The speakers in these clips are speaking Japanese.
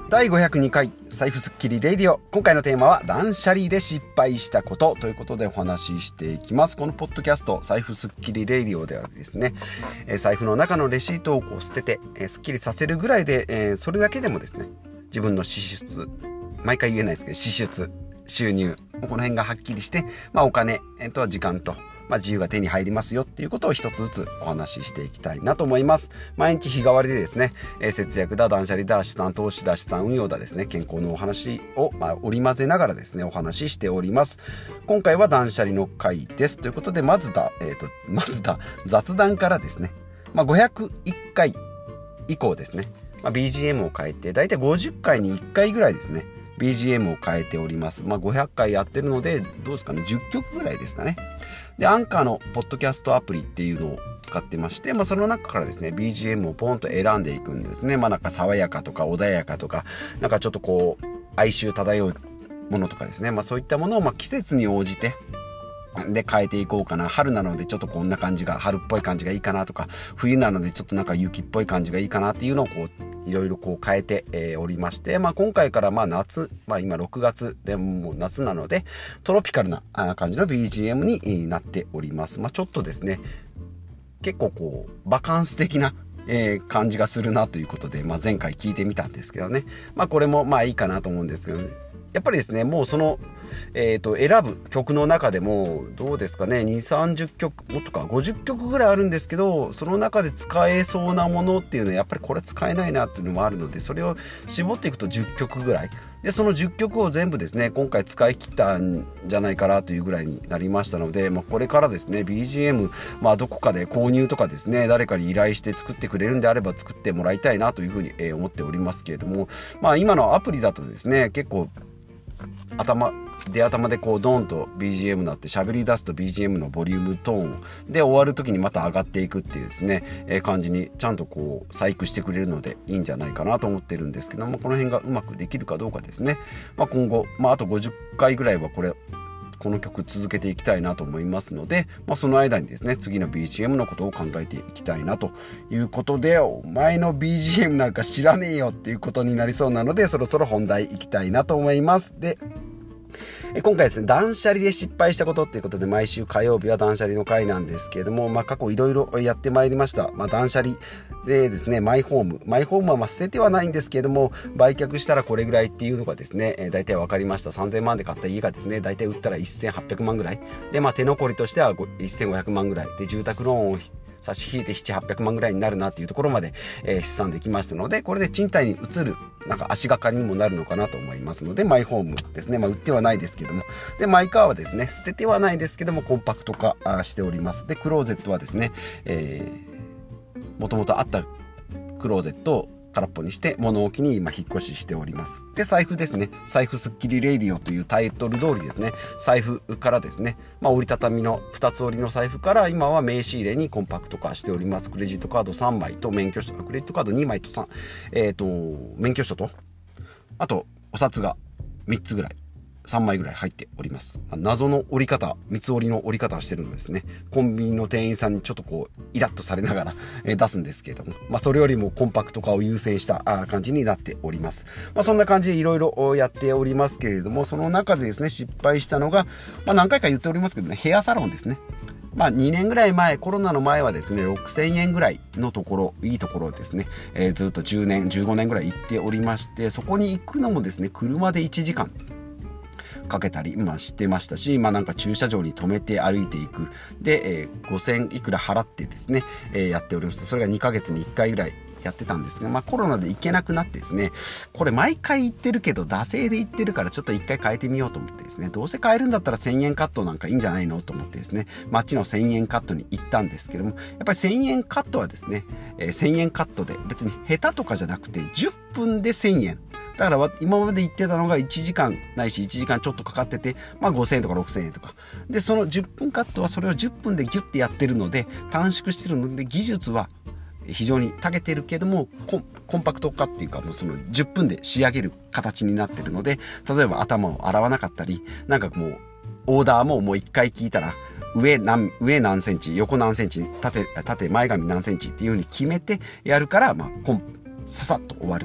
第502回財布スッキリレイディオ。今回のテーマは断捨離で失敗したことということでお話ししていきます。このポッドキャスト財布スッキリレイディオではですね、財布の中のレシートを捨てて、スッキリさせるぐらいで、それだけでもですね、自分の支出、毎回言えないですけど支出、収入、この辺がはっきりして、お金と時間と自由が手に入りますよっていうことを一つずつお話ししていきたいなと思います。毎日日替わりでですね、節約だ、断捨離だ、資産投資だ、資産運用だですね、健康のお話を、織り交ぜながらですね、お話ししております。今回は断捨離の回です。ということで、まず雑談からですね、501回以降ですね、BGM を変えて、だいたい50回に1回ぐらいですね、BGM を変えております。500回やってるので、どうですかね、10曲ぐらいですかね。で、アンカーのポッドキャストアプリっていうのを使ってまして、その中からですね、BGM をポンと選んでいくんですね。なんか爽やかとか穏やかとか、なんかちょっとこう、哀愁漂うものとかですね。そういったものを季節に応じて、で変えていこうかな。春なのでちょっとこんな感じが、春っぽい感じがいいかなとか、冬なのでちょっとなんか雪っぽい感じがいいかなっていうのをいろいろ変えて、おりまして、今回から夏、今6月でもう夏なのでトロピカルな感じの BGM になっております。ちょっとですね、結構バカンス的な感じがするなということで、前回聞いてみたんですけどね、これもいいかなと思うんですけどね。やっぱりですね、もうその、選ぶ曲の中でもどうですかね、2、30曲もっとか50曲ぐらいあるんですけど、その中で使えそうなものっていうのはやっぱりこれ使えないなっていうのもあるので、それを絞っていくと10曲ぐらいで、その10曲を全部ですね、今回使い切ったんじゃないかなというぐらいになりましたので、これからですね BGM、どこかで購入とかですね、誰かに依頼して作ってくれるんであれば作ってもらいたいなというふうに思っておりますけれども、今のアプリだとですね、結構頭でドーンと BGM になって喋り出すと BGM のボリュームトーンで終わる時にまた上がっていくっていうですね、感じにちゃんと細工してくれるのでいいんじゃないかなと思ってるんですけども、この辺がうまくできるかどうかですね。今後、あと50回ぐらいはこの曲続けていきたいなと思いますので、その間にですね、次の BGM のことを考えていきたいなということで、お前の BGM なんか知らねえよっていうことになりそうなので、そろそろ本題いきたいなと思います。で、今回ですね、断捨離で失敗したことっていうことで、毎週火曜日は断捨離の回なんですけれども、過去いろいろやってまいりました。断捨離でですね、マイホームは捨ててはないんですけれども、売却したらこれぐらいっていうのがですね、大体分かりました。3000万で買った家がですね、大体売ったら1800万ぐらいで、手残りとしては1500万ぐらいで、住宅ローンを差し引いて7、800万ぐらいになるなっていうところまで、試算できましたので、これで賃貸に移るなんか足がかりにもなるのかなと思いますので、マイホームですね、売ってはないですけども、でマイカーはですね、捨ててはないですけどもコンパクト化しております。でクローゼットはですね、もともとあったクローゼットを空っぽにして物置に今引っ越ししております。で財布ですね、財布スッキリレイディオというタイトル通りですね、財布からですね、折りたたみの2つ折りの財布から今は名刺入れにコンパクト化しております。クレジットカード3枚と免許証、クレジットカード2枚と免許証と、あとお札が3つぐらい、3枚ぐらい入っております。謎の折り方、三つ折りの折り方をしてるのですね、コンビニの店員さんにちょっとイラッとされながら出すんですけれども、それよりもコンパクト化を優先した感じになっております。そんな感じでいろいろやっておりますけれども、その中でですね、失敗したのが、何回か言っておりますけどね、ヘアサロンですね。2年ぐらい前、コロナの前はですね、6000円ぐらいのところ、いいところですね、ずっと10年、15年ぐらい行っておりまして、そこに行くのもですね、車で1時間かけたり、してましたし、なんか駐車場に止めて歩いていく。で、5000いくら払ってですね、やっておりました。それが2ヶ月に1回ぐらいやってたんですが、コロナで行けなくなってですね、これ毎回行ってるけど、惰性で行ってるからちょっと1回変えてみようと思ってですね、どうせ変えるんだったら1000円カットなんかいいんじゃないのと思ってですね、街の1000円カットに行ったんですけども、やっぱり1000円カットはですね、1000円カットで別に下手とかじゃなくて10分で1000円。だから今まで言ってたのが1時間ないし1時間ちょっとかかってて、5000円とか6000円とかで、その10分カットはそれを10分でギュッてやってるので短縮してるので、技術は非常に長けてるけどもコンパクト化っていうか、もうその10分で仕上げる形になってるので、例えば頭を洗わなかったり、なんかもうオーダーももう1回聞いたら上何センチ、横何センチ、縦前髪何センチっていう風に決めてやるから、ささっと終わると。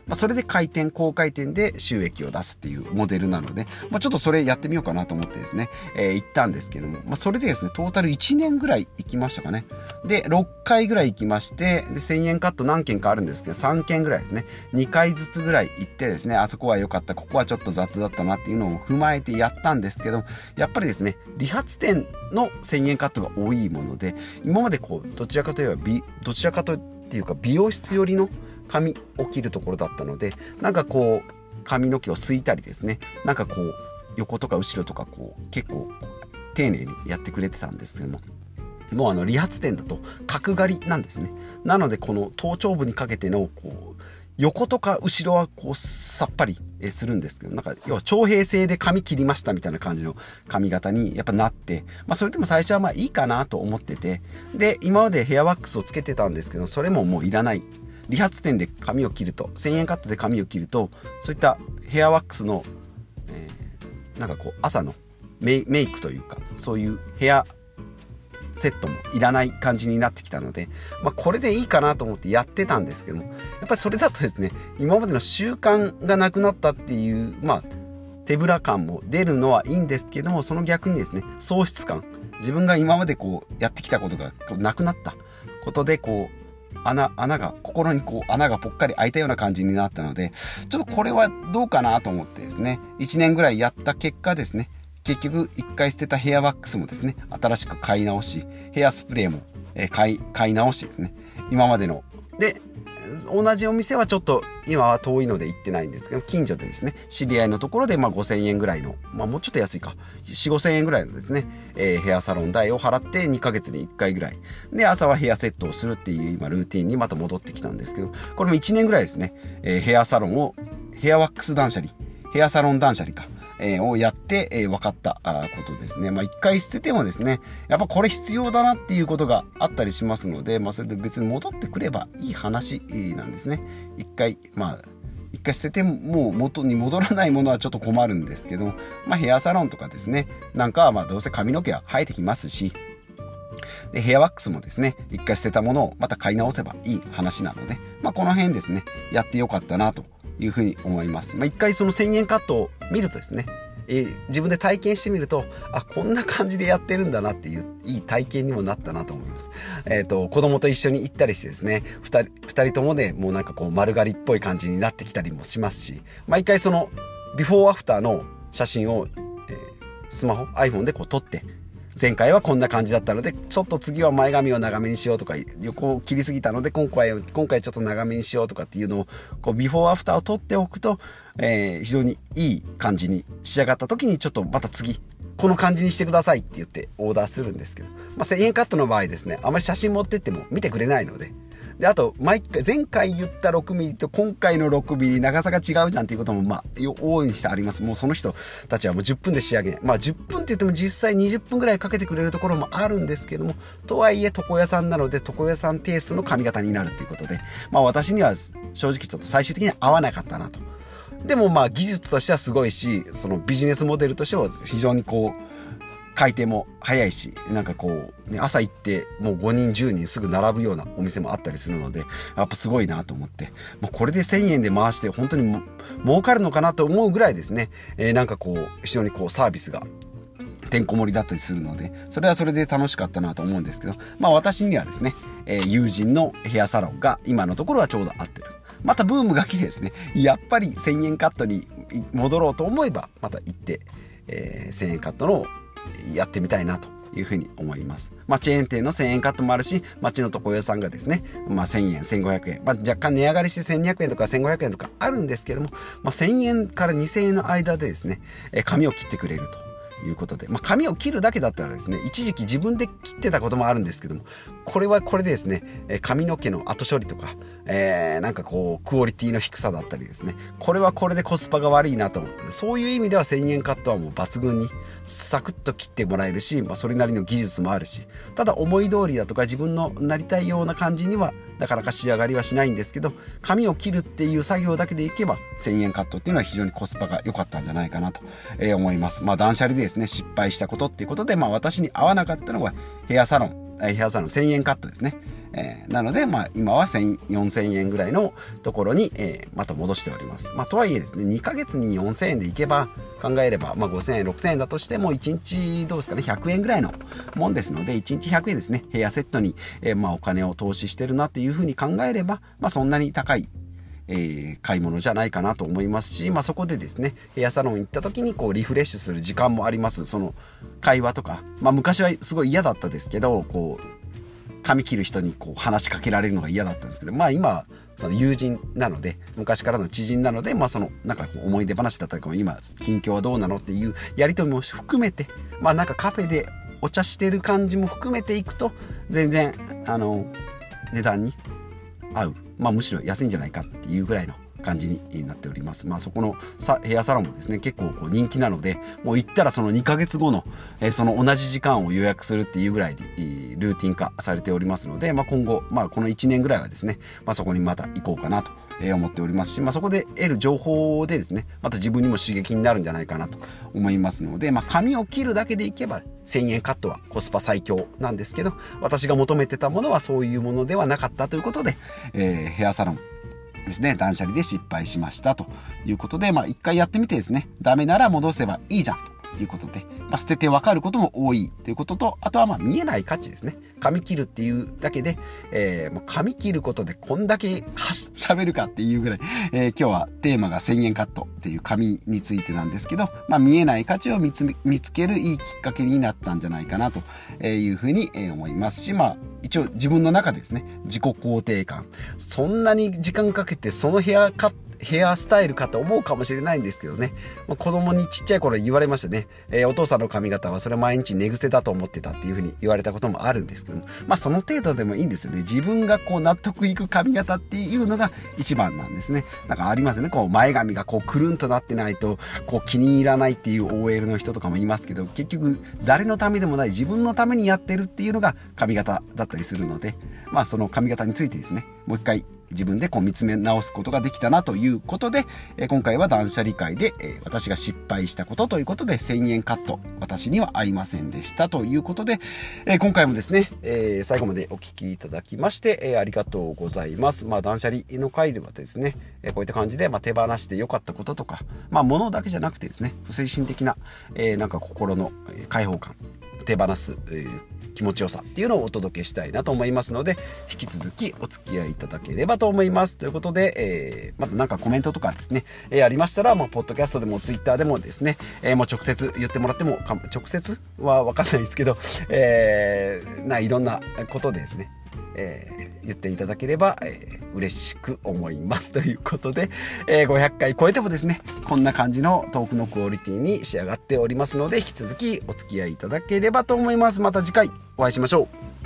それで高回転で収益を出すっていうモデルなので、ちょっとそれやってみようかなと思ってですね、行ったんですけども、それでですね、トータル1年ぐらい行きましたかね。で、6回ぐらい行きまして、で、1000円カット何件かあるんですけど、3件ぐらいですね、2回ずつぐらい行ってですね、あそこは良かった、ここはちょっと雑だったなっていうのを踏まえてやったんですけど、やっぱりですね、理髪店の1000円カットが多いもので、今までどちらかとっていうか美容室寄りの髪を切るところだったので、髪の毛をすいたりですね、横とか後ろとか結構丁寧にやってくれてたんですけども、もう理髪店だと角刈りなんですね。なのでこの頭頂部にかけての横とか後ろはさっぱりするんですけど、要は長平性で髪切りましたみたいな感じの髪型にやっぱなって、それでも最初はいいかなと思ってて、で今までヘアワックスをつけてたんですけど、それももういらない。理髪店で髪を切ると、1000円カットで髪を切ると、そういったヘアワックスの、朝のメイクというか、そういうヘアセットもいらない感じになってきたので、これでいいかなと思ってやってたんですけども、やっぱりそれだとですね、今までの習慣がなくなったっていう、手ぶら感も出るのはいいんですけども、その逆にですね、喪失感、自分が今までやってきたことがなくなったことで心に穴がぽっかり開いたような感じになったので、ちょっとこれはどうかなと思ってですね、1年ぐらいやった結果ですね、結局1回捨てたヘアワックスもですね、新しく買い直し、ヘアスプレーも買い直しですね、今までので、同じお店はちょっと今は遠いので行ってないんですけど、近所でですね、知り合いのところで5000円ぐらいの、もうちょっと安いか 4,5,000 円ぐらいのですね、ヘアサロン代を払って2ヶ月に1回ぐらいで、朝はヘアセットをするっていう今ルーティンにまた戻ってきたんですけど、これも1年ぐらいですね、ヘアサロンをヘアワックス断捨離、ヘアサロン断捨離かをやって、分かったことですね。一回捨ててもですね、やっぱこれ必要だなっていうことがあったりしますので、それで別に戻ってくればいい話なんですね。一回捨ててもう元に戻らないものはちょっと困るんですけど、ヘアサロンとかですね、はどうせ髪の毛は生えてきますし、でヘアワックスもですね、一回捨てたものをまた買い直せばいい話なので、この辺ですね、やってよかったなというふうに思います。一回その1000円カットを見るとですね、自分で体験してみると、こんな感じでやってるんだなっていういい体験にもなったなと思います。子供と一緒に行ったりしてですね、2人ともね、もう丸刈りっぽい感じになってきたりもしますし、毎回そのビフォーアフターの写真を、スマホ iPhone で撮って、前回はこんな感じだったので、ちょっと次は前髪を長めにしようとか、横を切りすぎたので今回ちょっと長めにしようとかっていうのをビフォーアフターを撮っておくと、非常にいい感じに仕上がった時に、ちょっとまた次この感じにしてくださいって言ってオーダーするんですけど、1000円カットの場合ですね、あまり写真持ってっても見てくれないので、あと前回言った6ミリと今回の6ミリ長さが違うじゃんっていうことも往々にしてあります。もうその人たちはもう10分で仕上げ、10分って言っても実際20分ぐらいかけてくれるところもあるんですけども、とはいえ床屋さんなので床屋さんテイストの髪型になるということで、私には正直ちょっと最終的には合わなかったなと。でも技術としてはすごいし、そのビジネスモデルとしては非常に回転も早いし、朝行ってもう5人10人すぐ並ぶようなお店もあったりするので、やっぱすごいなと思って、もうこれで1000円で回して本当に儲かるのかなと思うぐらいですね、非常にサービスがてんこ盛りだったりするので、それはそれで楽しかったなと思うんですけど、私にはですね、友人のヘアサロンが今のところはちょうど合ってる。またブームが来てですね、やっぱり1000円カットに戻ろうと思えばまた行って、1000円カットのやってみたいなというふうに思います。チェーン店の1000円カットもあるし、町の床屋さんがですね、1000円、1500円、若干値上がりして1200円とか1500円とかあるんですけども、1000円から2000円の間でですね、髪を切ってくれるということで、髪を切るだけだったらですね、一時期自分で切ってたこともあるんですけども、これはこれでですね、髪の毛の後処理とか、クオリティの低さだったりですね、これはこれでコスパが悪いなと思って、そういう意味では1000円カットはもう抜群にサクッと切ってもらえるし、それなりの技術もあるし、ただ思い通りだとか自分のなりたいような感じにはなかなか仕上がりはしないんですけど、髪を切るっていう作業だけでいけば1000円カットっていうのは非常にコスパが良かったんじゃないかなと思います。断捨離でですね、失敗したことっていうことで、私に合わなかったのはヘアサロン1000円カットですね。 なので、今は4000円ぐらいのところに、また戻しております。とはいえですね、2ヶ月に4000円でいけば考えれば、5000円6000円だとしても1日どうですかね、100円ぐらいのもんですので、1日100円ですね、ヘアセットに、お金を投資してるなっていうふうに考えれば、そんなに高い買い物じゃないかなと思いますし、そこでですね、ヘアサロン行った時にリフレッシュする時間もあります。その会話とか、昔はすごい嫌だったですけど、髪切る人に話しかけられるのが嫌だったんですけど、今その友人なので、昔からの知人なので、そのなんか思い出話だったりとか、今近況はどうなのっていうやり取りも含めて、なんかカフェでお茶してる感じも含めていくと、全然値段に合う、むしろ安いんじゃないかっていうぐらいの感じになっております。そこのヘアサロンもですね、結構人気なので、もう行ったらその2ヶ月後の、その同じ時間を予約するっていうぐらいでルーティン化されておりますので、今後、この1年ぐらいはですね、そこにまた行こうかなと思っておりますし、そこで得る情報でですね、また自分にも刺激になるんじゃないかなと思いますので、髪を切るだけでいけば1000円カットはコスパ最強なんですけど、私が求めてたものはそういうものではなかったということで、ヘアサロンですね、断捨離で失敗しましたということで、一回やってみてですね、ダメなら戻せばいいじゃんということで、捨てて分かることも多いということと、あとは見えない価値ですね。髪切るっていうだけで、髪切ることでこんだけ喋るかっていうぐらい、今日はテーマが1000円カットっていう髪についてなんですけど、見えない価値を見つけるいいきっかけになったんじゃないかなというふうに思いますし、一応自分の中でですね、自己肯定感、そんなに時間かけてそのヘアスタイルかと思うかもしれないんですけどね、子供にちっちゃい頃言われましたね、お父さんの髪型はそれ毎日寝癖だと思ってたっていうふうに言われたこともあるんですけども、その程度でもいいんですよね。自分が納得いく髪型っていうのが一番なんですね。なんかありますよね、前髪がくるんとなってないと気に入らないっていう OL の人とかもいますけど、結局誰のためでもない自分のためにやってるっていうのが髪型だったりするので、その髪型についてですね、もう一回自分で見つめ直すことができたなということで、今回は断捨離会で、私が失敗したことということで1000円カット、私には合いませんでしたということで、今回もですね、最後までお聞きいただきまして、ありがとうございます。断捨離の会ではですね、こういった感じで、手放して良かったこととか、物だけじゃなくてですね、精神的な、なんか心の解放感、手放す、気持ちよさっていうのをお届けしたいなと思いますので、引き続きお付き合いいただければと思います。ということで、またなんかコメントとかですね、ありましたら、ポッドキャストでもツイッターでもですね、もう直接言ってもらっても、直接は分かんないですけど、いろんなことでですね、言っていただければ、嬉しく思いますということで、500回超えてもですね、こんな感じのトークのクオリティに仕上がっておりますので、引き続きお付き合いいただければと思います。また次回お会いしましょう。